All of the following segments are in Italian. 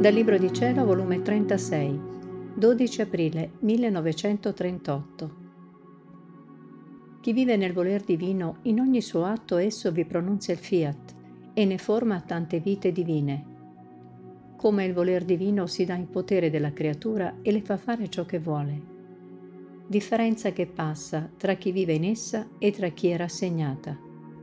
Dal Libro di Cielo, volume 36, 12 aprile 1938. Chi vive nel voler divino, in ogni suo atto esso vi pronunzia il fiat e ne forma tante vite divine. Come il voler divino si dà in potere della creatura e le fa fare ciò che vuole. Differenza che passa tra chi vive in essa e tra chi è rassegnata.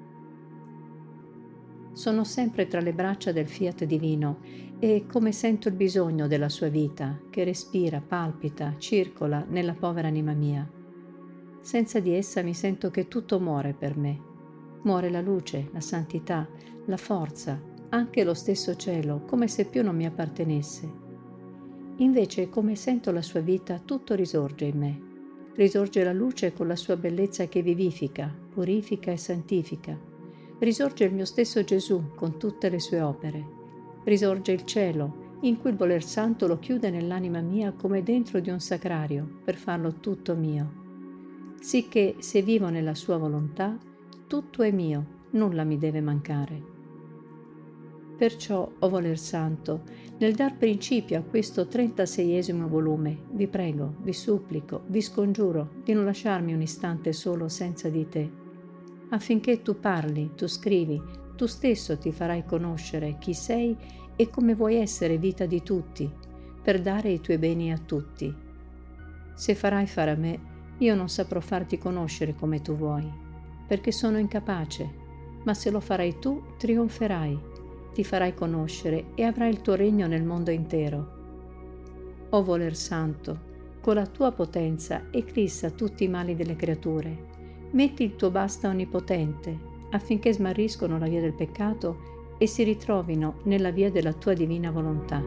Sono sempre tra le braccia del fiat divino e come sento il bisogno della sua vita, che respira, palpita, circola nella povera anima mia. Senza di essa mi sento che tutto muore per me. Muore la luce, la santità, la forza, anche lo stesso cielo, come se più non mi appartenesse. Invece, come sento la sua vita, tutto risorge in me. Risorge la luce con la sua bellezza che vivifica, purifica e santifica. Risorge il mio stesso Gesù con tutte le sue opere. Risorge il cielo, in cui il voler santo lo chiude nell'anima mia come dentro di un sacrario, per farlo tutto mio. Sicché se vivo nella sua volontà, tutto è mio, nulla mi deve mancare. Perciò, o voler santo, nel dar principio a questo 36esimo volume, vi prego, vi supplico, vi scongiuro di non lasciarmi un istante solo senza di te, affinché tu parli, tu scrivi, tu stesso ti farai conoscere chi sei e come vuoi essere vita di tutti, per dare i tuoi beni a tutti. Se farai fare a me, io non saprò farti conoscere come tu vuoi, perché sono incapace, ma se lo farai tu, trionferai, ti farai conoscere e avrai il tuo regno nel mondo intero. O voler santo, con la tua potenza eclissa tutti i mali delle creature. Metti il tuo basta onnipotente, affinché smarriscono la via del peccato e si ritrovino nella via della tua divina volontà.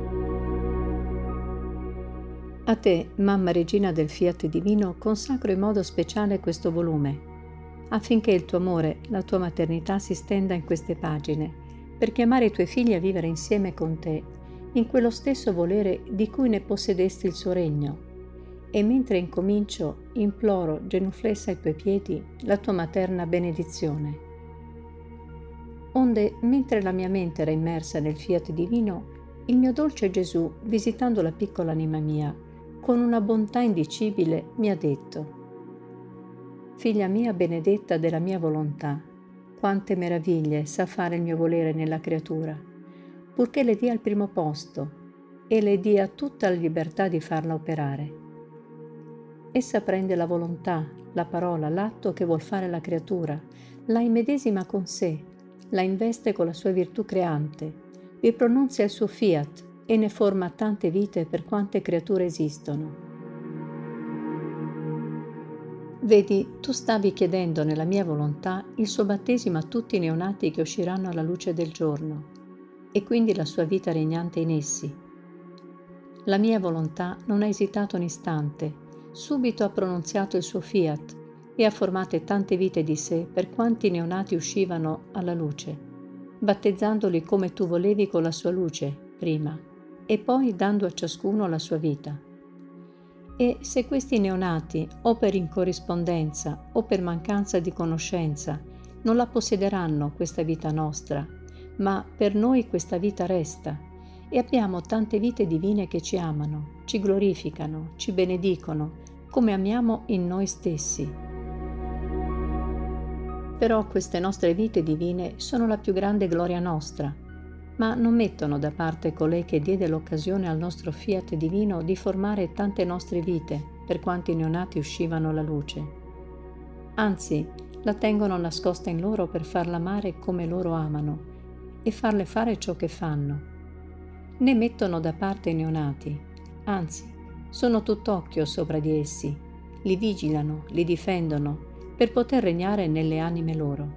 A te, Mamma Regina del Fiat Divino, consacro in modo speciale questo volume, affinché il tuo amore, la tua maternità si stenda in queste pagine, per chiamare i tuoi figli a vivere insieme con te, in quello stesso volere di cui ne possedesti il suo regno. E mentre incomincio, imploro, genuflessa ai tuoi piedi, la tua materna benedizione. Onde, mentre la mia mente era immersa nel fiat divino, il mio dolce Gesù, visitando la piccola anima mia, con una bontà indicibile, mi ha detto: «Figlia mia benedetta della mia volontà, quante meraviglie sa fare il mio volere nella creatura, purché le dia il primo posto e le dia tutta la libertà di farla operare. Essa prende la volontà, la parola, l'atto che vuol fare la creatura, la immedesima con sé, la investe con la sua virtù creante, vi pronunzia il suo fiat e ne forma tante vite per quante creature esistono. Vedi, tu stavi chiedendo nella mia volontà il suo battesimo a tutti i neonati che usciranno alla luce del giorno, e quindi la sua vita regnante in essi. La mia volontà non ha esitato un istante, subito ha pronunziato il suo fiat e ha formate tante vite di sé per quanti neonati uscivano alla luce, battezzandoli come tu volevi con la sua luce, prima, e poi dando a ciascuno la sua vita. E se questi neonati, o per incorrispondenza o per mancanza di conoscenza, non la possederanno questa vita nostra, ma per noi questa vita resta, e abbiamo tante vite divine che ci amano, ci glorificano, ci benedicono, come amiamo in noi stessi. Però queste nostre vite divine sono la più grande gloria nostra, ma non mettono da parte colei che diede l'occasione al nostro fiat divino di formare tante nostre vite per quanti neonati uscivano alla luce. Anzi, la tengono nascosta in loro per farla amare come loro amano e farle fare ciò che fanno. Né mettono da parte i neonati, anzi, sono tutt'occhio sopra di essi, li vigilano, li difendono, per poter regnare nelle anime loro.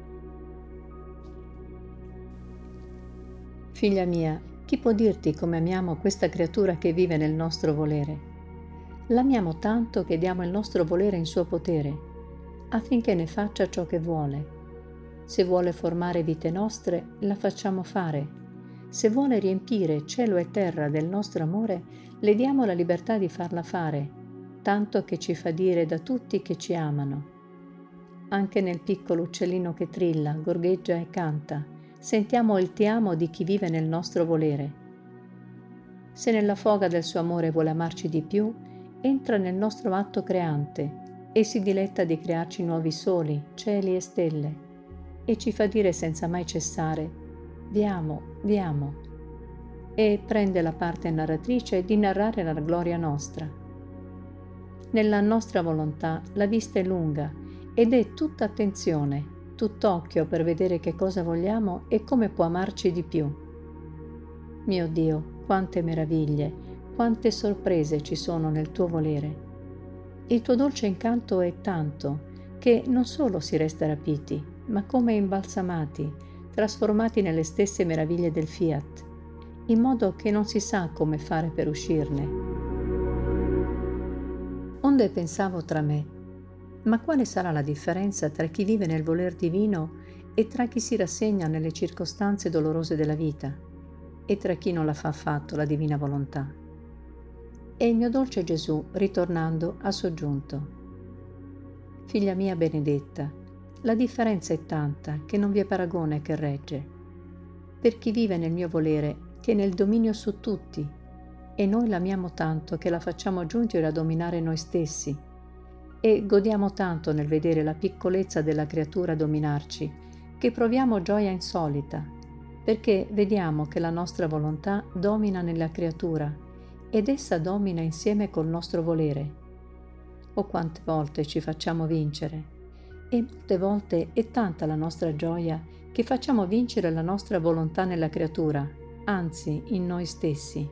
Figlia mia, chi può dirti come amiamo questa creatura che vive nel nostro volere? L'amiamo tanto che diamo il nostro volere in suo potere, affinché ne faccia ciò che vuole. Se vuole formare vite nostre, la facciamo fare. Se vuole riempire cielo e terra del nostro amore, le diamo la libertà di farla fare, tanto che ci fa dire da tutti che ci amano. Anche nel piccolo uccellino che trilla, gorgheggia e canta, sentiamo il ti amo di chi vive nel nostro volere. Se nella foga del suo amore vuole amarci di più, entra nel nostro atto creante e si diletta di crearci nuovi soli, cieli e stelle, e ci fa dire senza mai cessare: vi amo, vi amo, e prende la parte narratrice di narrare la gloria nostra. Nella nostra volontà la vista è lunga ed è tutta attenzione, tutt'occhio per vedere che cosa vogliamo e come può amarci di più. Mio Dio, quante meraviglie, quante sorprese ci sono nel tuo volere. Il tuo dolce incanto è tanto che non solo si resta rapiti, ma come imbalsamati, trasformati nelle stesse meraviglie del Fiat, in modo che non si sa come fare per uscirne. Onde pensavo tra me: ma quale sarà la differenza tra chi vive nel voler divino e tra chi si rassegna nelle circostanze dolorose della vita, e tra chi non la fa affatto la divina volontà? E il mio dolce Gesù, ritornando, ha soggiunto: figlia mia benedetta, la differenza è tanta che non vi è paragone che regge. Per chi vive nel mio volere tiene il dominio su tutti, e noi l'amiamo tanto che la facciamo giungere a dominare noi stessi, e godiamo tanto nel vedere la piccolezza della creatura dominarci, che proviamo gioia insolita, perché vediamo che la nostra volontà domina nella creatura, ed essa domina insieme col nostro volere. Oh, quante volte ci facciamo vincere, e molte volte è tanta la nostra gioia che facciamo vincere la nostra volontà nella creatura, anzi in noi stessi.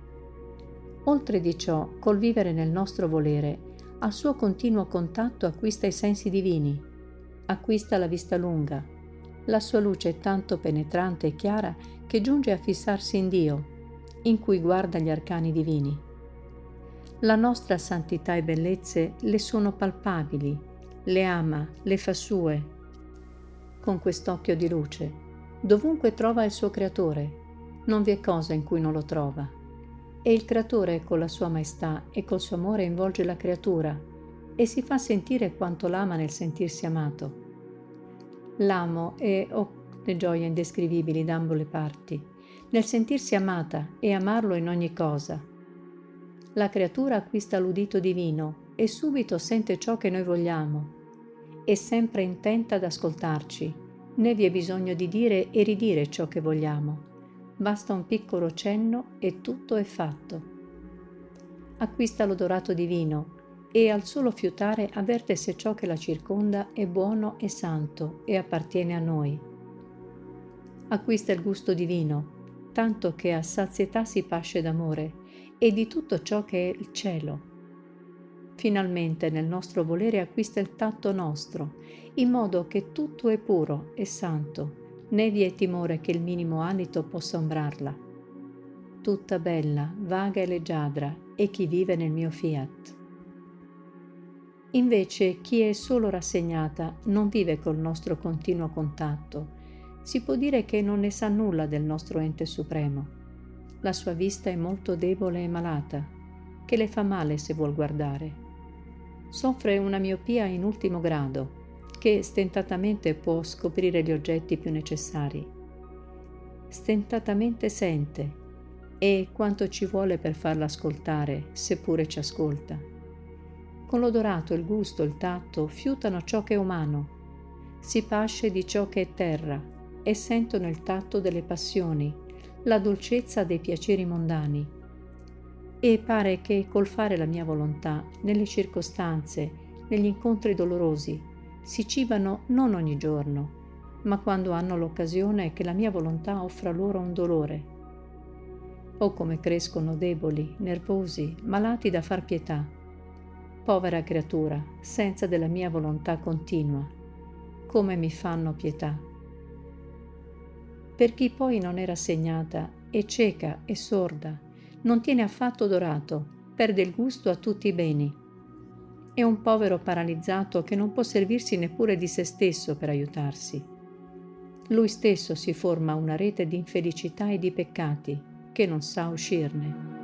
Oltre di ciò, col vivere nel nostro volere, al suo continuo contatto acquista i sensi divini, acquista la vista lunga. La sua luce è tanto penetrante e chiara che giunge a fissarsi in Dio, in cui guarda gli arcani divini. La nostra santità e bellezze le sono palpabili, le ama, le fa sue. Con quest'occhio di luce, dovunque trova il suo creatore, non vi è cosa in cui non lo trova. E il creatore con la sua maestà e col suo amore involge la creatura e si fa sentire quanto l'ama nel sentirsi amato. L'amo e le gioie indescrivibili d'ambo le parti, nel sentirsi amata e amarlo in ogni cosa. La creatura acquista l'udito divino e subito sente ciò che noi vogliamo, è sempre intenta ad ascoltarci, né vi è bisogno di dire e ridire ciò che vogliamo. Basta un piccolo cenno e tutto è fatto. Acquista l'odorato divino e al solo fiutare avverte se ciò che la circonda è buono e santo e appartiene a noi. Acquista il gusto divino, tanto che a sazietà si pasce d'amore e di tutto ciò che è il cielo. Finalmente nel nostro volere acquista il tatto nostro, in modo che tutto è puro e santo, né vi è timore che il minimo alito possa ombrarla. Tutta bella, vaga e leggiadra è chi vive nel mio fiat. Invece chi è solo rassegnata non vive col nostro continuo contatto. Si può dire che non ne sa nulla del nostro ente supremo. La sua vista è molto debole e malata, che le fa male se vuol guardare. Soffre una miopia in ultimo grado, che stentatamente può scoprire gli oggetti più necessari. Stentatamente sente, e quanto ci vuole per farla ascoltare, seppure ci ascolta. Con l'odorato, il gusto, il tatto fiutano ciò che è umano, si pasce di ciò che è terra e sentono il tatto delle passioni, la dolcezza dei piaceri mondani. E pare che col fare la mia volontà, nelle circostanze, negli incontri dolorosi, si cibano non ogni giorno, ma quando hanno l'occasione che la mia volontà offra loro un dolore. Oh, come crescono deboli, nervosi, malati da far pietà. Povera creatura, senza della mia volontà continua, come mi fanno pietà. Per chi poi non è rassegnata, è cieca e sorda, non tiene affatto odorato, perde il gusto a tutti i beni. È un povero paralizzato che non può servirsi neppure di se stesso per aiutarsi. Lui stesso si forma una rete di infelicità e di peccati che non sa uscirne.